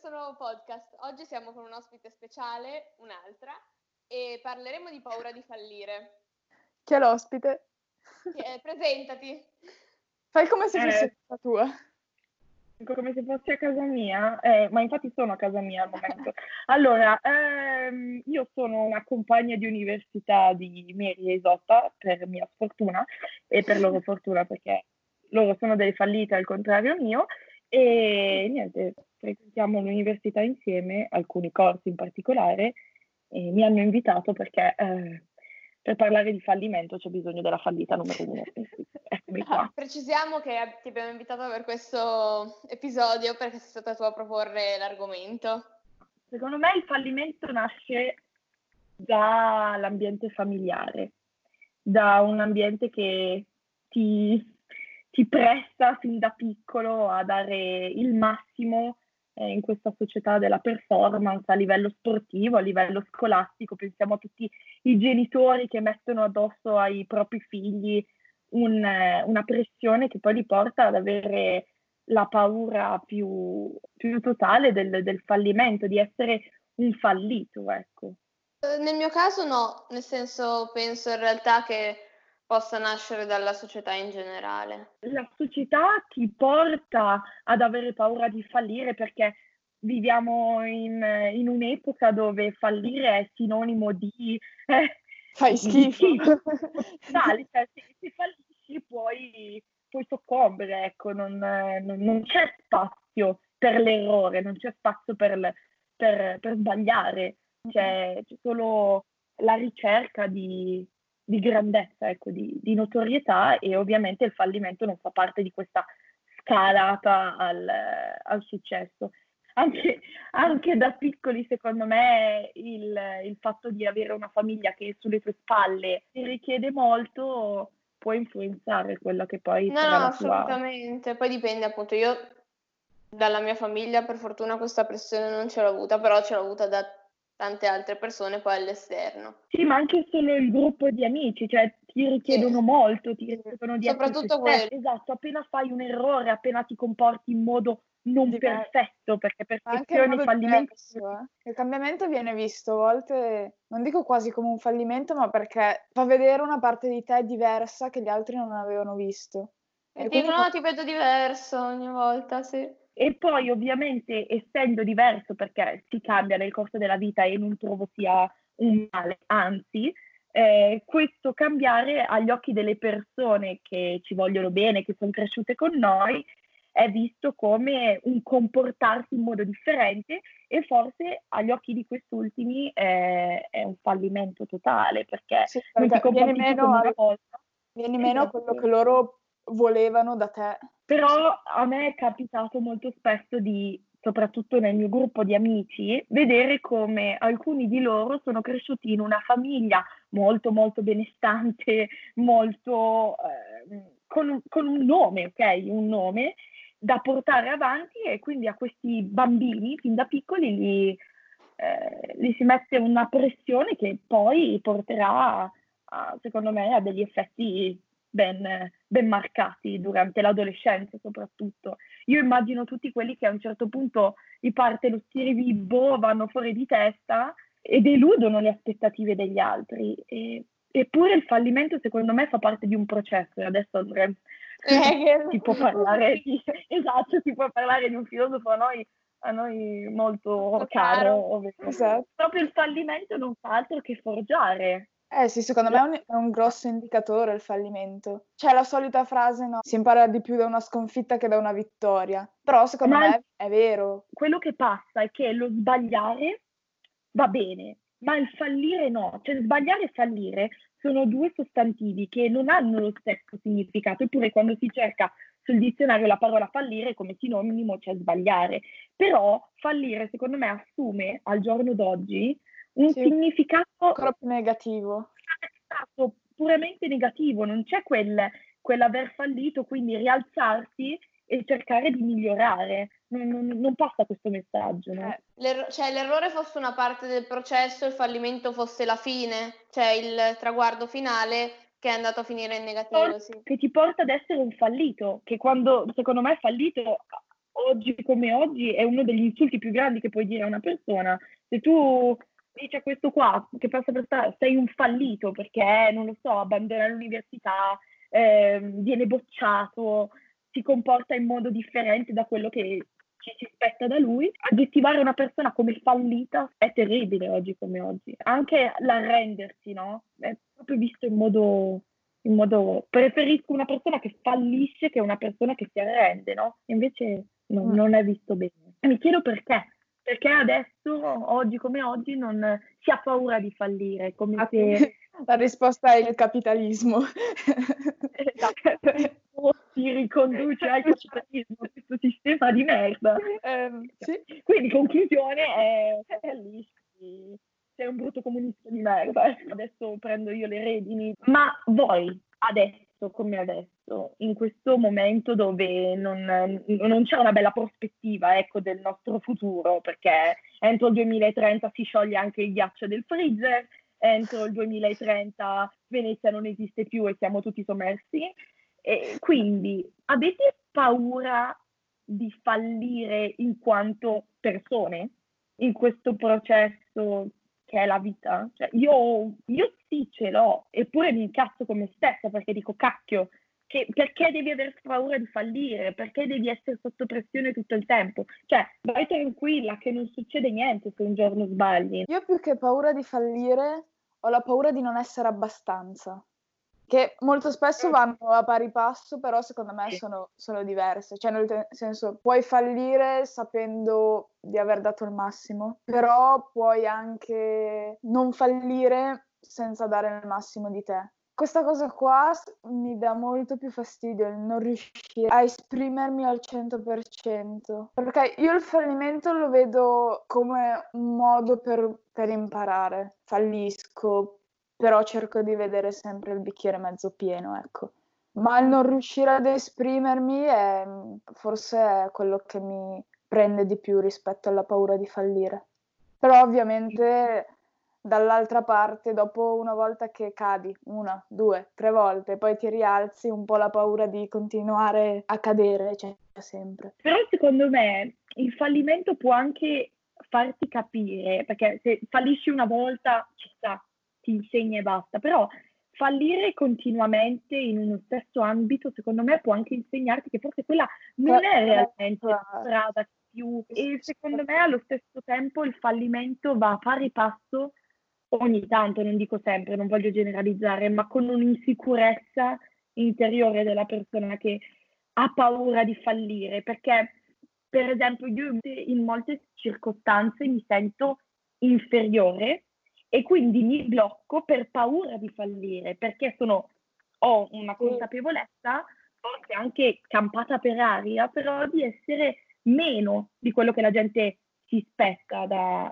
questo nuovo podcast. Oggi siamo con un ospite speciale, un'altra, e parleremo di paura di fallire. Chi è l'ospite? Presentati. Fai come se fosse casa tua. Come se fossi a casa mia, ma infatti sono a casa mia al momento. Allora, io sono una compagna di università di Mary e Isotta, per mia sfortuna, e per loro fortuna, perché loro sono delle fallite al contrario mio, e niente, frequentiamo l'università insieme, alcuni corsi in particolare, e mi hanno invitato perché per parlare di fallimento c'è bisogno della fallita numero 1. Eccomi qua. Precisiamo che ti abbiamo invitato per questo episodio perché sei stata tu a proporre l'argomento. Secondo me il fallimento nasce dall'ambiente familiare, da un ambiente che ti presta fin da piccolo a dare il massimo in questa società della performance a livello sportivo, a livello scolastico. Pensiamo a tutti i genitori che mettono addosso ai propri figli una pressione che poi li porta ad avere la paura più totale del fallimento, di essere un fallito, ecco. Nel mio caso no, nel senso penso in realtà che possa nascere dalla società in generale. La società ti porta ad avere paura di fallire perché viviamo in un'epoca dove fallire è sinonimo di Fai schifo. Cioè, se fallisci puoi soccombere, ecco, non c'è spazio per l'errore, non c'è spazio per sbagliare, c'è solo la ricerca di grandezza, ecco, di notorietà, e ovviamente il fallimento non fa parte di questa scalata al successo. Anche da piccoli, secondo me, il fatto di avere una famiglia che sulle tue spalle ti richiede molto può influenzare quello che poi sarà la tua... assolutamente. Poi dipende, appunto, io dalla mia famiglia per fortuna questa pressione non ce l'ho avuta, però ce l'ho avuta da tante altre persone poi all'esterno. Sì, ma anche solo il gruppo di amici, cioè ti richiedono molto, ti richiedono di soprattutto essere te. Esatto, appena fai un errore, appena ti comporti in modo non perfetto, perché perfezione e fallimento... Il cambiamento viene visto a volte, non dico quasi come un fallimento, ma perché fa vedere una parte di te diversa che gli altri non avevano visto. E ti dicono, ti vedo diverso ogni volta, sì. E poi ovviamente, essendo diverso, perché si cambia nel corso della vita e non trovo sia un male, anzi, questo cambiare agli occhi delle persone che ci vogliono bene, che sono cresciute con noi, è visto come un comportarsi in modo differente, e forse agli occhi di quest'ultimi è un fallimento totale, perché non ti comporti più come una volta. Vieni meno a quello che loro volevano da te. Però a me è capitato molto spesso soprattutto nel mio gruppo di amici, vedere come alcuni di loro sono cresciuti in una famiglia molto molto benestante, molto con un nome, ok? Un nome da portare avanti, e quindi a questi bambini fin da piccoli gli si mette una pressione che poi porterà secondo me a degli effetti ben marcati durante l'adolescenza soprattutto. Io immagino tutti quelli che a un certo punto gli parte lo schiribibbo, vanno fuori di testa e deludono le aspettative degli altri. Eppure il fallimento secondo me fa parte di un processo, e adesso Andrea si può parlare si può parlare di un filosofo a noi molto caro, ovvero. Esatto. Proprio il fallimento non fa altro che forgiare. Sì, secondo me è un grosso indicatore il fallimento. C'è la solita frase, no? Si impara di più da una sconfitta che da una vittoria. Però secondo me è vero. Quello che passa è che lo sbagliare va bene, ma il fallire no. Cioè sbagliare e fallire sono due sostantivi che non hanno lo stesso significato, eppure quando si cerca sul dizionario la parola fallire come sinonimo c'è sbagliare. Però fallire secondo me assume al giorno d'oggi un significato ancora più negativo. Puramente negativo, non c'è quell'aver fallito, quindi rialzarsi e cercare di migliorare. Non passa questo messaggio, no? L'errore fosse una parte del processo, il fallimento fosse la fine, cioè il traguardo finale che è andato a finire in negativo. Sì. Che ti porta ad essere un fallito, che quando secondo me è fallito oggi come oggi è uno degli insulti più grandi che puoi dire a una persona. Se tu dici a questo qua che passa per strada, sei un fallito perché, non lo so, abbandona l'università, viene bocciato, si comporta in modo differente da quello che ci si aspetta da lui, aggettivare una persona come fallita è terribile oggi come oggi. Anche l'arrendersi, no? È proprio visto in modo... Preferisco una persona che fallisce che una persona che si arrende, no? Invece non è visto bene. E mi chiedo perché. Perché adesso, oggi come oggi, non si ha paura di fallire, come se... La risposta è il capitalismo. Si riconduce al capitalismo, questo sistema di merda. Sì. Quindi, conclusione, è lì. Sei un brutto comunista di merda. Adesso prendo io le redini. Ma voi, adesso, come adesso, in questo momento dove non c'è una bella prospettiva, ecco, del nostro futuro, perché entro il 2030 si scioglie anche il ghiaccio del freezer, entro il 2030 Venezia non esiste più e siamo tutti sommersi. E quindi avete paura di fallire in quanto persone in questo processo che è la vita? Cioè, io sì ce l'ho, eppure mi incazzo con me stessa perché dico cacchio, perché devi aver paura di fallire? Perché devi essere sotto pressione tutto il tempo? Cioè, vai tranquilla che non succede niente se un giorno sbagli. Io più che paura di fallire, ho la paura di non essere abbastanza, che molto spesso vanno a pari passo, però secondo me sono diverse. Cioè, nel senso, puoi fallire sapendo di aver dato il massimo, però puoi anche non fallire senza dare il massimo di te. Questa cosa qua mi dà molto più fastidio, il non riuscire a esprimermi al 100%, perché io il fallimento lo vedo come un modo per imparare. Fallisco, però cerco di vedere sempre il bicchiere mezzo pieno, ecco. Ma il non riuscire ad esprimermi forse è quello che mi prende di più rispetto alla paura di fallire. Però ovviamente dall'altra parte, dopo una volta che cadi, 1, 2, 3 volte, poi ti rialzi, un po' la paura di continuare a cadere c'è sempre. Però secondo me il fallimento può anche farti capire, perché se fallisci una volta ci sta, ti insegna e basta, però fallire continuamente in uno stesso ambito secondo me può anche insegnarti che forse quella non è realmente la strada più, e secondo me allo stesso tempo il fallimento va a pari passo ogni tanto, non dico sempre, non voglio generalizzare, ma con un'insicurezza interiore della persona che ha paura di fallire, perché per esempio io in molte circostanze mi sento inferiore e quindi mi blocco per paura di fallire, perché ho una consapevolezza, forse anche campata per aria, però di essere meno di quello che la gente si aspetta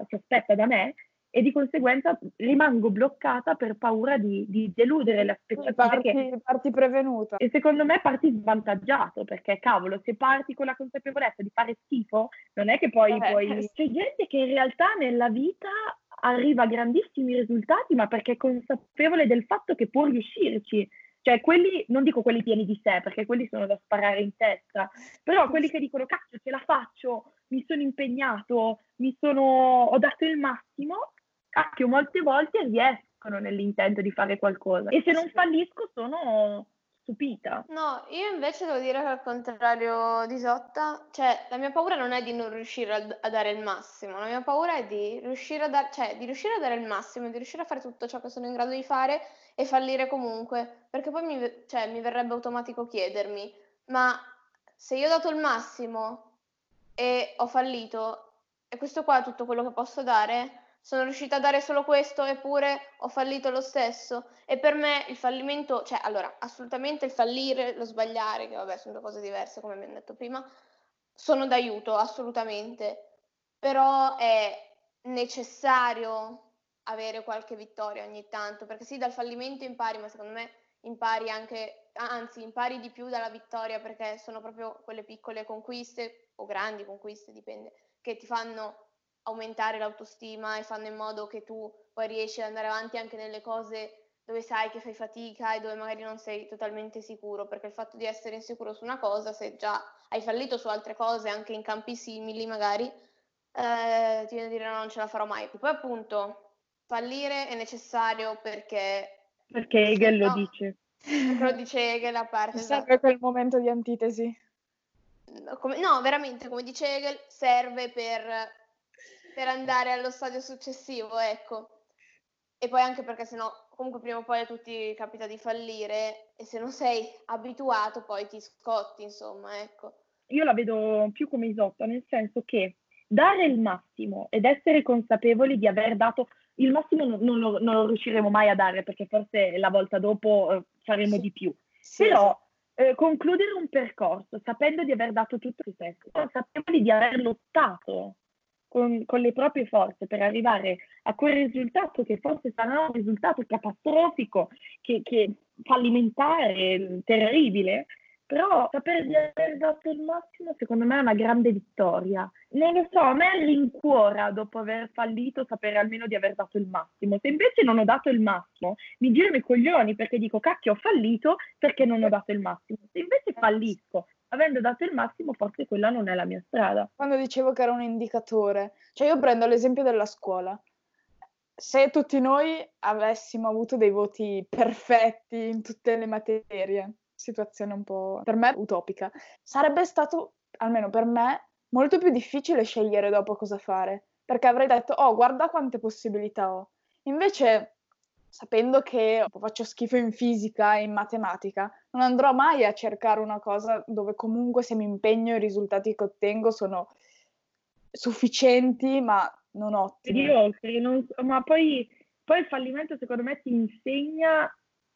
da me, e di conseguenza rimango bloccata per paura di deludere le aspettative. Parti prevenuta. E secondo me parti svantaggiato, perché cavolo, se parti con la consapevolezza di fare schifo, non è che poi puoi... C'è gente che in realtà nella vita arriva a grandissimi risultati, ma perché è consapevole del fatto che può riuscirci. Cioè, quelli, non dico quelli pieni di sé, perché quelli sono da sparare in testa, però quelli che dicono, cazzo, ce la faccio, mi sono impegnato, ho dato il massimo, cacchio, molte volte riescono nell'intento di fare qualcosa. E se non fallisco sono stupita. No, io invece devo dire che al contrario di Isotta, cioè la mia paura non è di non riuscire a dare il massimo, la mia paura è di riuscire di riuscire a dare il massimo, di riuscire a fare tutto ciò che sono in grado di fare e fallire comunque, perché poi mi verrebbe automatico chiedermi, ma se io ho dato il massimo e ho fallito, e questo qua è tutto quello che posso dare? Sono riuscita a dare solo questo eppure ho fallito lo stesso? E per me il fallimento, cioè allora, assolutamente il fallire, lo sbagliare, che vabbè sono due cose diverse come abbiamo detto prima, sono d'aiuto, assolutamente, però è necessario avere qualche vittoria ogni tanto, perché sì, dal fallimento impari, ma secondo me impari anche, anzi impari di più dalla vittoria, perché sono proprio quelle piccole conquiste o grandi conquiste, dipende, che ti fanno aumentare l'autostima e fanno in modo che tu poi riesci ad andare avanti anche nelle cose dove sai che fai fatica e dove magari non sei totalmente sicuro, perché il fatto di essere insicuro su una cosa, se già hai fallito su altre cose, anche in campi simili magari, ti viene a dire no, non ce la farò mai. Poi appunto, fallire è necessario perché Hegel lo no, dice. perché lo dice Hegel a parte, Serve quel momento di antitesi. no, veramente, come dice Hegel, serve per andare allo stadio successivo, ecco. E poi anche perché sennò comunque prima o poi a tutti capita di fallire e se non sei abituato poi ti scotti, insomma, ecco. Io la vedo più come Isotta, nel senso che dare il massimo ed essere consapevoli di aver dato il massimo non lo riusciremo mai a dare, perché forse la volta dopo faremo Sì. di più. Sì, Però concludere un percorso sapendo di aver dato tutto di sé, consapevoli di aver lottato con le proprie forze per arrivare a quel risultato che forse sarà un risultato catastrofico, che fallimentare, terribile, però sapere di aver dato il massimo secondo me è una grande vittoria. Non lo so, a me rincuora dopo aver fallito sapere almeno di aver dato il massimo. Se invece non ho dato il massimo, mi girano i coglioni perché dico cacchio ho fallito perché non ho dato il massimo. Se invece fallisco avendo dato il massimo, forse quella non è la mia strada. Quando dicevo che era un indicatore, cioè io prendo l'esempio della scuola. Se tutti noi avessimo avuto dei voti perfetti in tutte le materie, situazione un po' per me utopica, sarebbe stato, almeno per me, molto più difficile scegliere dopo cosa fare, perché avrei detto, oh, guarda quante possibilità ho. Invece, sapendo che faccio schifo in fisica e in matematica, non andrò mai a cercare una cosa dove comunque se mi impegno i risultati che ottengo sono sufficienti, ma non ottimi. Ma poi il fallimento secondo me ti insegna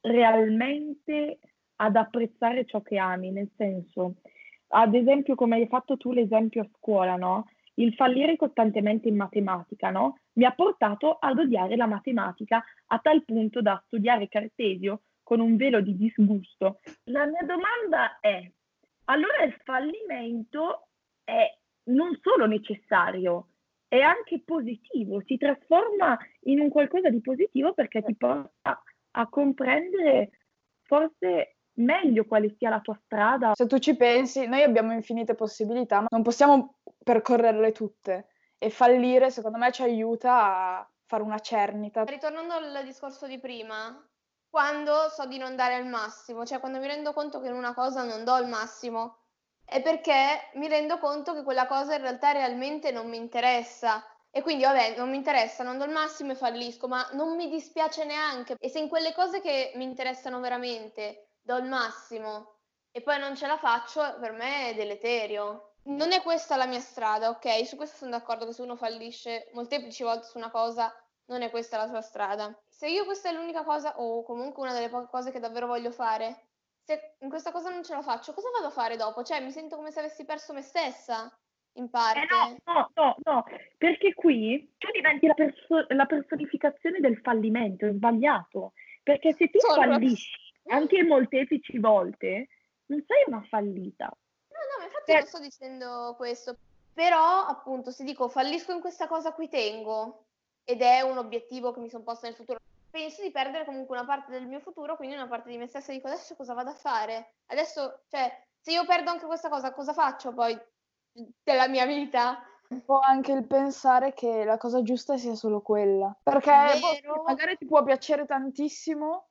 realmente ad apprezzare ciò che ami, nel senso, ad esempio come hai fatto tu l'esempio a scuola, no? Il fallire costantemente in matematica, no? Mi ha portato ad odiare la matematica a tal punto da studiare Cartesio con un velo di disgusto. La mia domanda è, allora il fallimento è non solo necessario, è anche positivo, si trasforma in un qualcosa di positivo perché ti porta a comprendere forse meglio quale sia la tua strada. Se tu ci pensi, noi abbiamo infinite possibilità, ma non possiamo percorrerle tutte e fallire, secondo me, ci aiuta a fare una cernita. Ritornando al discorso di prima, quando so di non dare il massimo, cioè quando mi rendo conto che in una cosa non do il massimo, è perché mi rendo conto che quella cosa in realtà realmente non mi interessa. E quindi, vabbè, non mi interessa, non do il massimo e fallisco, ma non mi dispiace neanche. E se in quelle cose che mi interessano veramente do il massimo e poi non ce la faccio, per me è deleterio. Non è questa la mia strada, ok? Su questo sono d'accordo che se uno fallisce molteplici volte su una cosa, non è questa la sua strada. Se io questa è l'unica cosa, o comunque una delle poche cose che davvero voglio fare, se in questa cosa non ce la faccio, cosa vado a fare dopo? Cioè, mi sento come se avessi perso me stessa, in parte. No, perché qui tu diventi la personificazione del fallimento, è sbagliato. Perché se tu fallisci anche molteplici volte, non sei una fallita. No, infatti non sto dicendo questo, però appunto se dico fallisco in questa cosa a cui tengo ed è un obiettivo che mi sono posta nel futuro, penso di perdere comunque una parte del mio futuro, quindi una parte di me stessa, dico adesso cosa vado a fare? Adesso, cioè, se io perdo anche questa cosa, cosa faccio poi della mia vita? Un po' anche il pensare che la cosa giusta sia solo quella, perché Vero? magari ti può piacere tantissimo,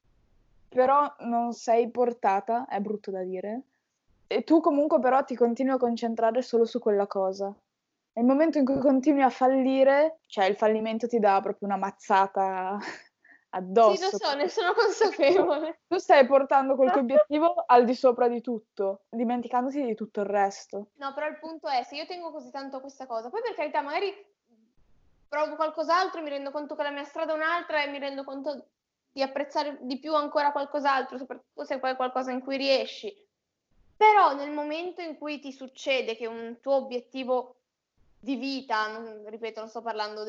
però non sei portata, è brutto da dire, e tu comunque però ti continui a concentrare solo su quella cosa. Nel momento in cui continui a fallire, cioè il fallimento ti dà proprio una mazzata addosso. Sì, lo so, ne sono consapevole. Tu stai portando quel tuo obiettivo al di sopra di tutto, dimenticandoti di tutto il resto. No, però il punto è, se io tengo così tanto a questa cosa, poi per carità, magari provo qualcos'altro e mi rendo conto che la mia strada è un'altra e mi rendo conto di apprezzare di più ancora qualcos'altro, soprattutto se poi è qualcosa in cui riesci. Però nel momento in cui ti succede che un tuo obiettivo di vita, ripeto, non sto parlando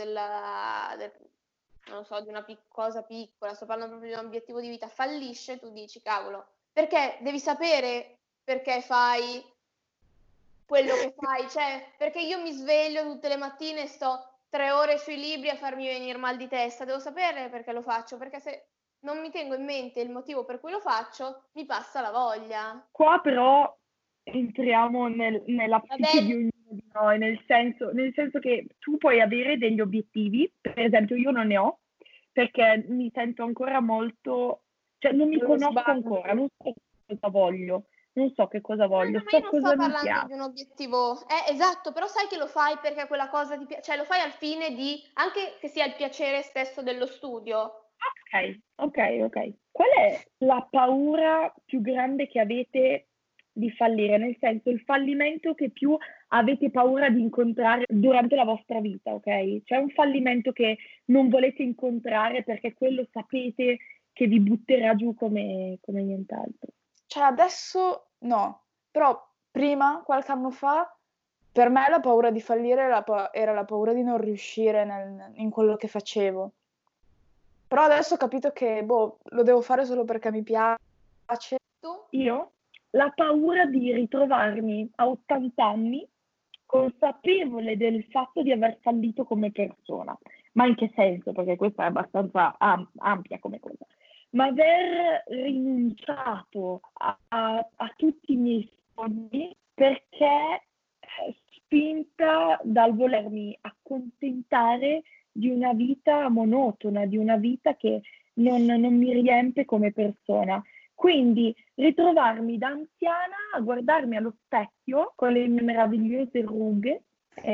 non lo so, di una cosa piccola, sto parlando proprio di un obiettivo di vita, fallisce, tu dici, cavolo, perché devi sapere perché fai quello che fai, cioè, perché io mi sveglio tutte le mattine e sto 3 ore sui libri a farmi venire mal di testa, devo sapere perché lo faccio, perché se non mi tengo in mente il motivo per cui lo faccio, mi passa la voglia. Qua però entriamo nella psiche Vabbè. di ognuno di noi, nel senso che tu puoi avere degli obiettivi, per esempio io non ne ho, perché mi sento ancora molto, cioè non mi Lo conosco sbando. ancora, non so cosa voglio, non so che cosa voglio, No, ma io so non cosa sto mi parlando di piace. un obiettivo, esatto, però sai che lo fai perché quella cosa ti piace, cioè lo fai al fine di, anche che sia il piacere stesso dello studio. Ok. Qual è la paura più grande che avete di fallire? Nel senso, il fallimento che più avete paura di incontrare durante la vostra vita, ok? C'è un fallimento che non volete incontrare perché quello sapete che vi butterà giù come nient'altro. Cioè adesso no, però prima, qualche anno fa, per me la paura di fallire era la paura di non riuscire in quello che facevo. Però adesso ho capito che lo devo fare solo perché mi piace. Tu? Io la paura di ritrovarmi a 80 anni consapevole del fatto di aver fallito come persona. Ma in che senso? Perché questa è abbastanza ampia come cosa. Ma aver rinunciato a tutti i miei sogni perché spinta dal volermi accontentare di una vita monotona, di una vita che non mi riempie come persona. Quindi ritrovarmi da anziana a guardarmi allo specchio con le mie meravigliose rughe,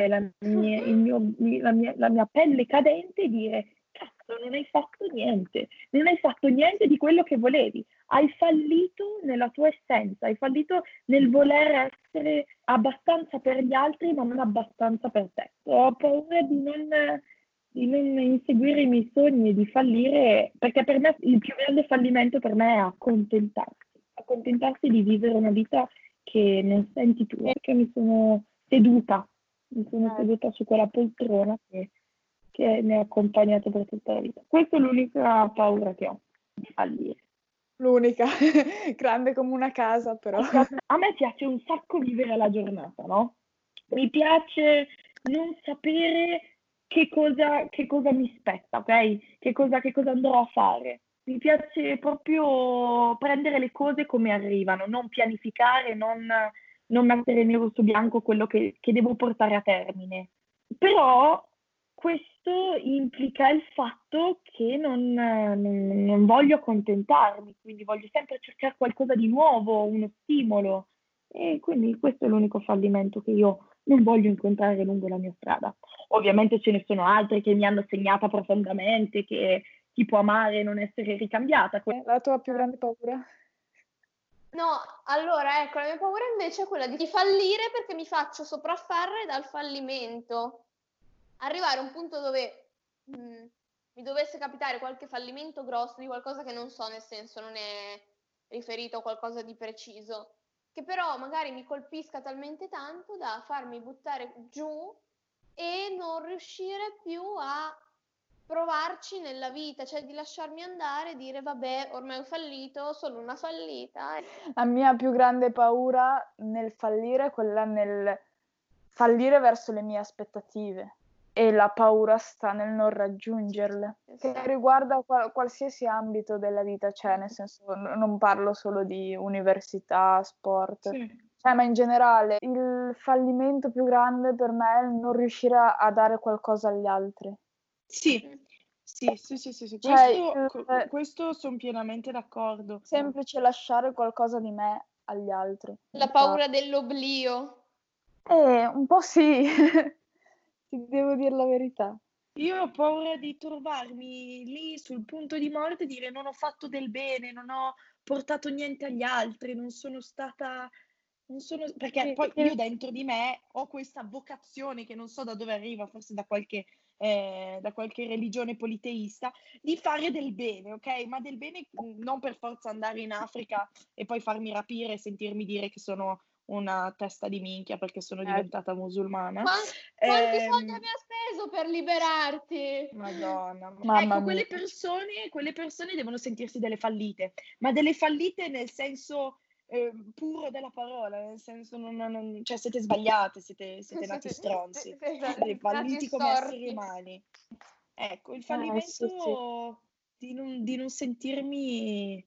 la mia pelle cadente e dire: cazzo, non hai fatto niente di quello che volevi. Hai fallito nella tua essenza, hai fallito nel voler essere abbastanza per gli altri, ma non abbastanza per te. Ho paura di non inseguire i miei sogni e di fallire, perché per me il più grande fallimento per me è accontentarsi di vivere una vita che non senti tu, perché mi sono seduta su quella poltrona che mi ha accompagnato per tutta la vita. Questa è l'unica paura che ho, di fallire. L'unica, grande come una casa però. A me piace un sacco vivere la giornata, no? Mi piace non sapere che cosa mi spetta, ok? Che cosa andrò a fare. Mi piace proprio prendere le cose come arrivano, non pianificare, non mettere nero su bianco quello che devo portare a termine. Però questo implica il fatto che non voglio accontentarmi, quindi voglio sempre cercare qualcosa di nuovo, uno stimolo. E quindi questo è l'unico fallimento che io non voglio incontrare lungo la mia strada. Ovviamente ce ne sono altri che mi hanno segnata profondamente, che chi può amare e non essere ricambiata. La tua più grande paura? No, allora ecco, la mia paura invece è quella di fallire perché mi faccio sopraffare dal fallimento. Arrivare a un punto dove mi dovesse capitare qualche fallimento grosso di qualcosa che non so, nel senso non è riferito a qualcosa di preciso, che però magari mi colpisca talmente tanto da farmi buttare giù e non riuscire più a provarci nella vita, cioè di lasciarmi andare e dire vabbè, ormai ho fallito, sono una fallita. La mia più grande paura nel fallire è quella nel fallire verso le mie aspettative, e la paura sta nel non raggiungerle, che riguarda qualsiasi ambito della vita, cioè nel senso non parlo solo di università, sport, cioè, ma in generale il fallimento più grande per me è il non riuscire a dare qualcosa agli altri. Sì. Cioè, Questo sono pienamente d'accordo. Semplice lasciare qualcosa di me agli altri. La paura dell'oblio. Un po' sì, ti devo dire la verità. Io ho paura di trovarmi lì sul punto di morte e dire non ho fatto del bene, non ho portato niente agli altri, perché poi io dentro di me ho questa vocazione che non so da dove arriva, forse da qualche religione politeista, di fare del bene, ok? Ma del bene non per forza andare in Africa e poi farmi rapire e sentirmi dire che sono una testa di minchia perché sono diventata musulmana. Quanti soldi abbiamo speso per liberarti? Madonna. Mamma ecco, mia. quelle persone devono sentirsi delle fallite, ma delle fallite nel senso puro della parola, nel senso cioè siete sbagliate, siete nati stronzi, siete falliti come esseri umani. Ecco, il fallimento di non sentirmi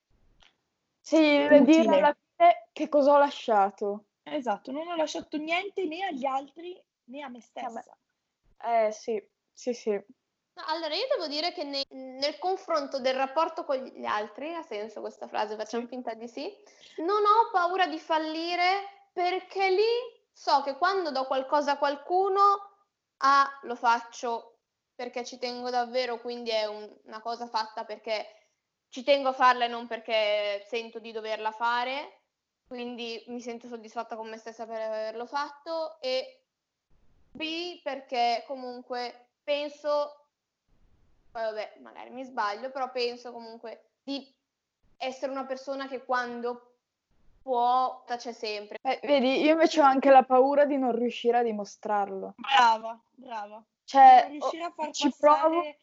Sì, dire utile. alla fine che cosa ho lasciato. Esatto, non ho lasciato niente né agli altri né a me Vabbè. stessa. Sì. No, allora, io devo dire che nel confronto del rapporto con gli altri, ha senso questa frase, facciamo Sì. finta di sì, non ho paura di fallire perché lì so che quando do qualcosa a qualcuno, lo faccio perché ci tengo davvero, quindi è una cosa fatta perché ci tengo a farla e non perché sento di doverla fare, quindi mi sento soddisfatta con me stessa per averlo fatto, e B perché comunque penso, poi vabbè, magari mi sbaglio, però penso comunque di essere una persona che quando può tace sempre. Vedi, io invece ho anche la paura di non riuscire a dimostrarlo. Brava. Di Cioè, non riuscire a far ci provo passare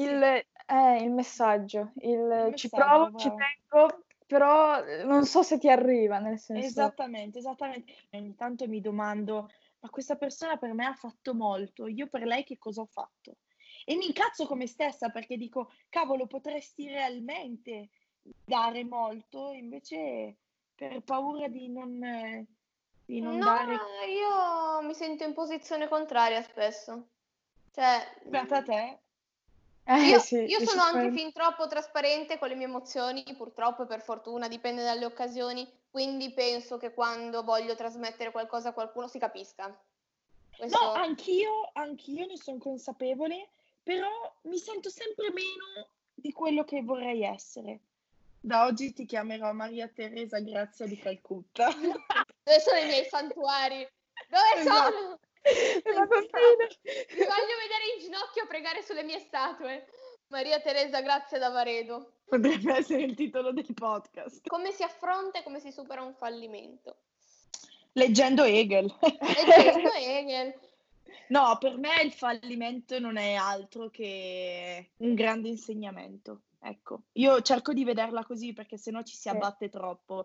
il messaggio, il ci provo, messaggio, ci brava. tengo, però non so se ti arriva, nel senso... Esattamente. Ogni tanto mi domando, ma questa persona per me ha fatto molto, io per lei che cosa ho fatto? E mi incazzo con me stessa perché dico, cavolo, potresti realmente dare molto, invece per paura di non No, dare... io mi sento in posizione contraria spesso. Cioè, Beata te. Sì, io sono anche decisamente. fin troppo trasparente con le mie emozioni, purtroppo e per fortuna, dipende dalle occasioni, quindi penso che quando voglio trasmettere qualcosa a qualcuno si capisca. No, Questo... anch'io ne sono consapevole, però mi sento sempre meno di quello che vorrei essere. Da oggi ti chiamerò Maria Teresa Grazia di Calcutta. Dove sono i miei santuari? Dove Esatto. sono? Le Madonnine. Vi voglio vedere in ginocchio a pregare sulle mie statue. Maria Teresa Grazia d'Avaredo. Potrebbe essere il titolo del podcast. Come si affronta e come si supera un fallimento? Leggendo Hegel. Leggendo Hegel. No, per me il fallimento non è altro che un grande insegnamento. Ecco, io cerco di vederla così perché sennò ci si abbatte troppo.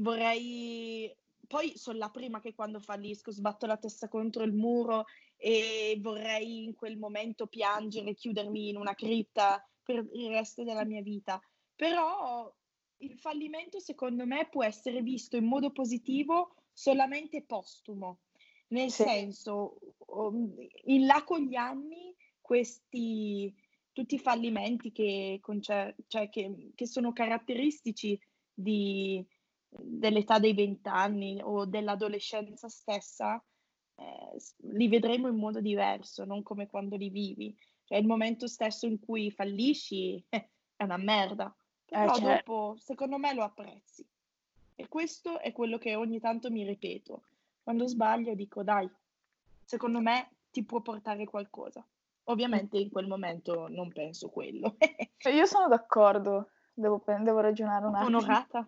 Poi sono la prima che quando fallisco sbatto la testa contro il muro e vorrei in quel momento piangere, chiudermi in una cripta per il resto della mia vita. Però il fallimento, secondo me, può essere visto in modo positivo solamente postumo. Nel Sì. senso, in là con gli anni, tutti i fallimenti che sono caratteristici dell'età dei 20 anni o dell'adolescenza stessa, li vedremo in modo diverso, non come quando li vivi. Cioè, il momento stesso in cui fallisci è una merda, però certo. dopo, secondo me, lo apprezzi. E questo è quello che ogni tanto mi ripeto. Quando sbaglio dico, dai, secondo me ti può portare qualcosa. Ovviamente in quel momento non penso quello. Io sono d'accordo, devo ragionare un attimo. Onorata.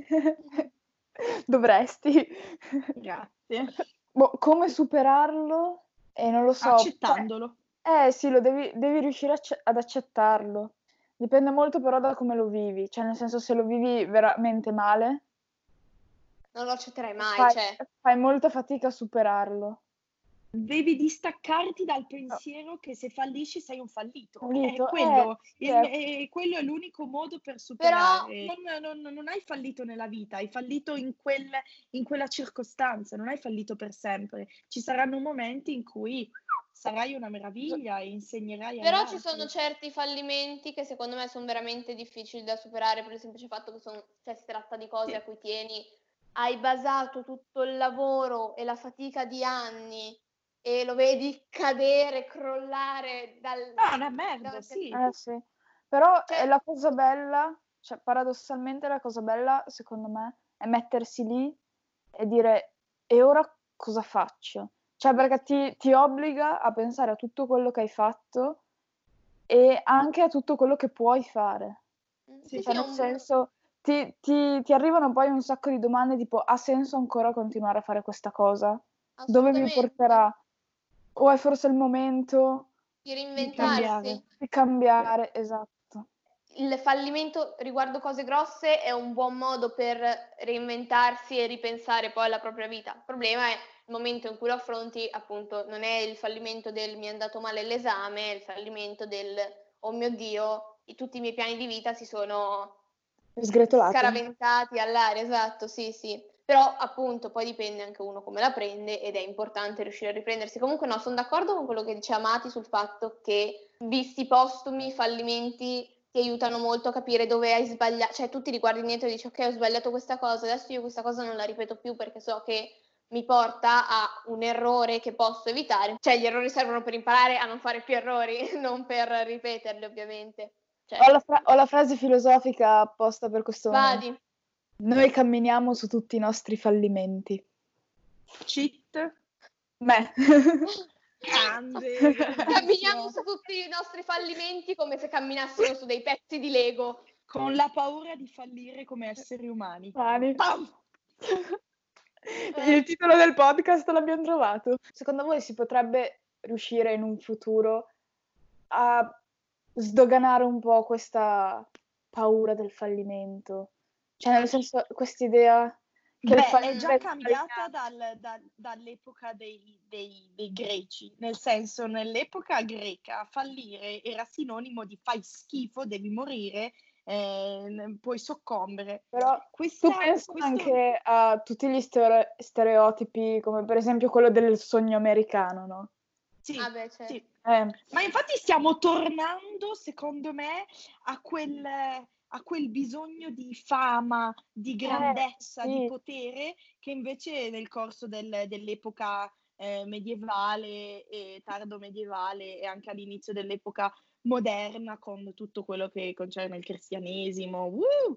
Dovresti. Grazie. Come superarlo? Non lo so. Accettandolo. Sì, devi riuscire ad accettarlo. Dipende molto però da come lo vivi, cioè nel senso se lo vivi veramente male, Non lo accetterai mai, cioè. fai molta fatica a superarlo. Devi distaccarti dal pensiero che se fallisci sei un fallito. Fallito, Quello sì. quello è l'unico modo per superare. Però Non hai fallito nella vita, hai fallito in quella circostanza, non hai fallito per sempre. Ci saranno momenti in cui sarai una meraviglia e insegnerai agli Però ci altri. sono certi fallimenti che secondo me sono veramente difficili da superare per il semplice fatto che si tratta di cose a cui tieni, hai basato tutto il lavoro e la fatica di anni e lo vedi cadere, crollare No, una merda, sì. Sì. Però Cioè, la cosa bella, cioè paradossalmente la cosa bella secondo me è mettersi lì e dire e ora cosa faccio? Cioè perché ti obbliga a pensare a tutto quello che hai fatto e anche a tutto quello che puoi fare. sì, Cioè nel senso ti arrivano poi un sacco di domande tipo ha senso ancora continuare a fare questa cosa? Dove mi assolutamente. porterà? O è forse il momento Di Di reinventarsi. cambiare, esatto. Il fallimento riguardo cose grosse è un buon modo per reinventarsi e ripensare poi alla propria vita. Il problema è il momento in cui lo affronti, appunto, non è il fallimento del mi è andato male l'esame, è il fallimento del oh mio Dio, tutti i miei piani di vita si sono Sgretolati. scaraventati all'aria, esatto, sì, sì. Però appunto poi dipende anche uno come la prende ed è importante riuscire a riprendersi. Comunque no, sono d'accordo con quello che diceva Mati sul fatto che visti postumi, i fallimenti ti aiutano molto a capire dove hai sbagliato, cioè tu ti riguardi indietro e dici ok, ho sbagliato questa cosa, adesso io questa cosa non la ripeto più perché so che mi porta a un errore che posso evitare. Cioè gli errori servono per imparare a non fare più errori, non per ripeterli ovviamente. Cioè, Ho la frase filosofica apposta per questo momento. vadi. Noi camminiamo su tutti i nostri fallimenti. Cheat. Me. Grande, Camminiamo grandissimo. su tutti i nostri fallimenti come se camminassimo su dei pezzi di Lego. Con la paura di fallire come esseri umani. Mani. Pam! Il titolo del podcast l'abbiamo trovato. Secondo voi si potrebbe riuscire in un futuro a sdoganare un po' questa paura del fallimento? Cioè, nel senso, quest'idea che il Beh, è fallire già è cambiata sbagliato. dall'epoca dei greci, nel senso, nell'epoca greca fallire era sinonimo di fai schifo, devi morire, puoi soccombere. Però tu Questa, pensi questo, anche a tutti gli stereotipi, come per esempio quello del sogno americano, no? sì, Ah beh, certo. sì. Eh, Ma infatti stiamo tornando, secondo me, a quel bisogno di fama, di grandezza, di sì. potere che invece nel corso dell'epoca medievale e tardo medievale e anche all'inizio dell'epoca moderna, con tutto quello che concerne il cristianesimo,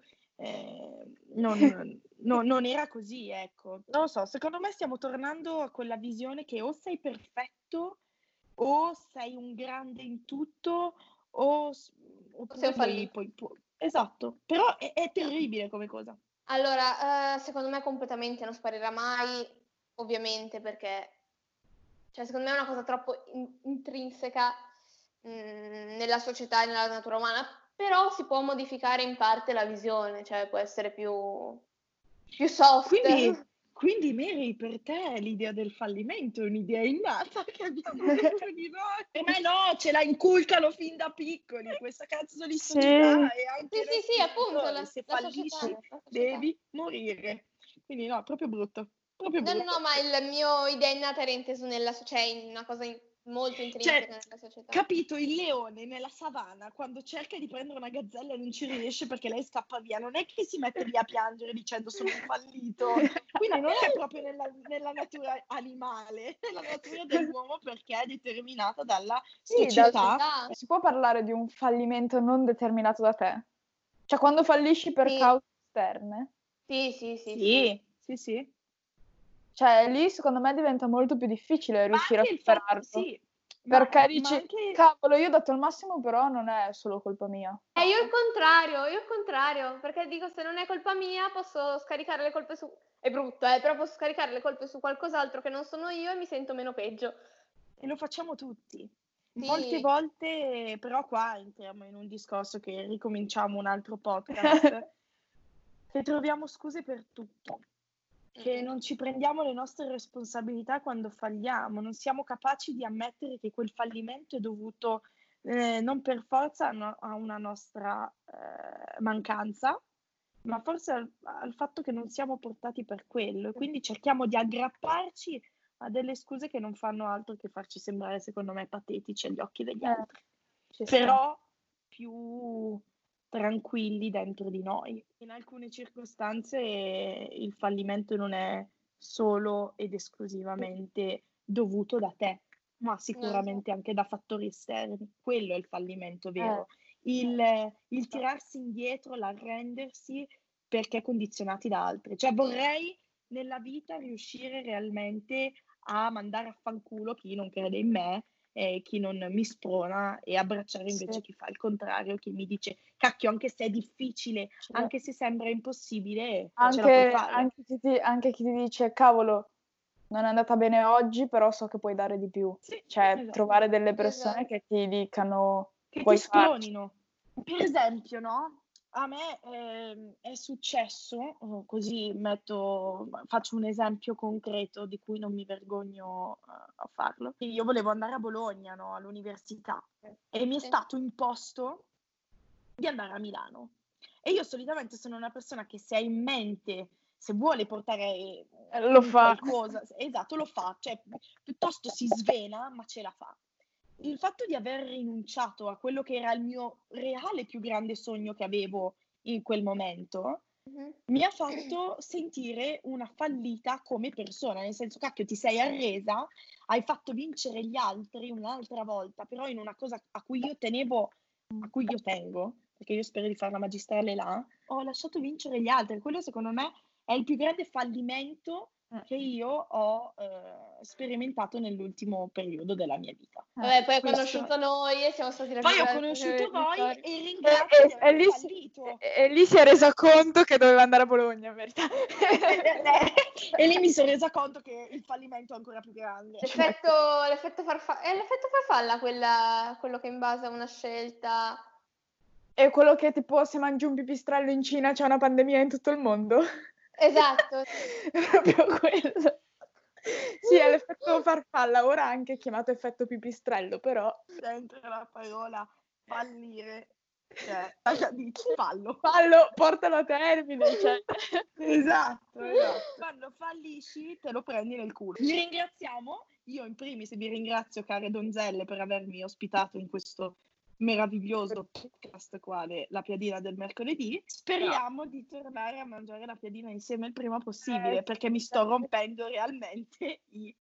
non era così, ecco. Non lo so, secondo me stiamo tornando a quella visione che o sei perfetto o sei un grande in tutto oppure Sei un fallito. esatto, però è terribile come cosa. Allora, secondo me completamente non sparirà mai, ovviamente, perché cioè, secondo me è una cosa troppo intrinseca nella società e nella natura umana, però si può modificare in parte la visione, cioè può essere più soft. Quindi Mary, per te l'idea del fallimento è un'idea innata che abbiamo dentro di noi? Per me no, ce la inculcano fin da piccoli, questa cazzo di società e anche i nostri Sì, appunto, genitori. Se fallisci devi morire. Quindi no, proprio brutto. Proprio No, brutto. ma il mio idea innata era inteso cioè in una cosa molto intrinseca nella società. Capito, il leone nella savana, quando cerca di prendere una gazzella e non ci riesce perché lei scappa via, non è che si mette lì a piangere dicendo sono un fallito. Quindi non è proprio nella natura animale, è la natura dell'uomo perché è determinata dalla società. Si può parlare di un fallimento non determinato da te? Cioè, quando fallisci per cause esterne? Sì. Cioè, lì secondo me diventa molto più difficile riuscire a superarlo. Sì. Perché dici, cavolo, io ho dato il massimo, però non è solo colpa mia. Io il contrario, perché dico se non è colpa mia posso scaricare le colpe su... È brutto, però posso scaricare le colpe su qualcos'altro che non sono io e mi sento meno peggio. E lo facciamo tutti. Sì. Molte volte, però qua entriamo in un discorso che ricominciamo un altro podcast, che troviamo scuse per tutto. Che non ci prendiamo le nostre responsabilità quando falliamo, non siamo capaci di ammettere che quel fallimento è dovuto non per forza a una nostra mancanza, ma forse al fatto che non siamo portati per quello e quindi cerchiamo di aggrapparci a delle scuse che non fanno altro che farci sembrare, secondo me, patetici agli occhi degli altri, però più tranquilli dentro di noi. In alcune circostanze il fallimento non è solo ed esclusivamente dovuto da te, ma sicuramente anche da fattori esterni. Quello è il fallimento vero. Il tirarsi indietro, l'arrendersi perché condizionati da altri. Cioè vorrei nella vita riuscire realmente a mandare a fanculo chi non crede in me, chi non mi sprona e abbracciare invece chi fa il contrario, chi mi dice cacchio, anche se è difficile, anche se sembra impossibile, ce la puoi fare. Anche chi ti dice cavolo, non è andata bene oggi, però so che puoi dare di più. Trovare delle persone che ti dicano che ti spronino. Per esempio, no? A me è successo, così faccio un esempio concreto di cui non mi vergogno a farlo. Io volevo andare a Bologna, no? All'università, e mi è stato imposto di andare a Milano. E io solitamente sono una persona che se ha in mente, se vuole portare Lo fa. qualcosa, esatto, lo fa, cioè piuttosto si svena, ma ce la fa. Il fatto di aver rinunciato a quello che era il mio reale più grande sogno che avevo in quel momento mi ha fatto sentire una fallita come persona, nel senso, cacchio, ti sei arresa, hai fatto vincere gli altri un'altra volta, però in una cosa a cui io tengo, perché io spero di fare la magistrale là, ho lasciato vincere gli altri. Quello secondo me è il più grande fallimento che io ho sperimentato nell'ultimo periodo della mia vita. Vabbè, poi hai Questo- conosciuto noi e siamo stati Poi ho raggiunti conosciuto voi vittorie. e ringrazio di aver fallito. E lì si è resa conto che doveva andare a Bologna, in verità. E lì mi sono resa conto che il fallimento è ancora più grande. L'effetto farfalla, quello che in base a una scelta... È quello che tipo se mangi un pipistrello in Cina c'è una pandemia in tutto il mondo. Esatto. È proprio quello. Sì, è l'effetto farfalla, ora anche chiamato effetto pipistrello, però... Dentro la parola fallire, cioè, dici fallo. Fallo, portalo a termine, cioè. Esatto. Quando fallisci te lo prendi nel culo. Vi ringraziamo, io in primis vi ringrazio care donzelle per avermi ospitato in questo meraviglioso podcast quale La Piadina del mercoledì. Speriamo di tornare a mangiare la piadina insieme il prima possibile, perché mi sto rompendo realmente i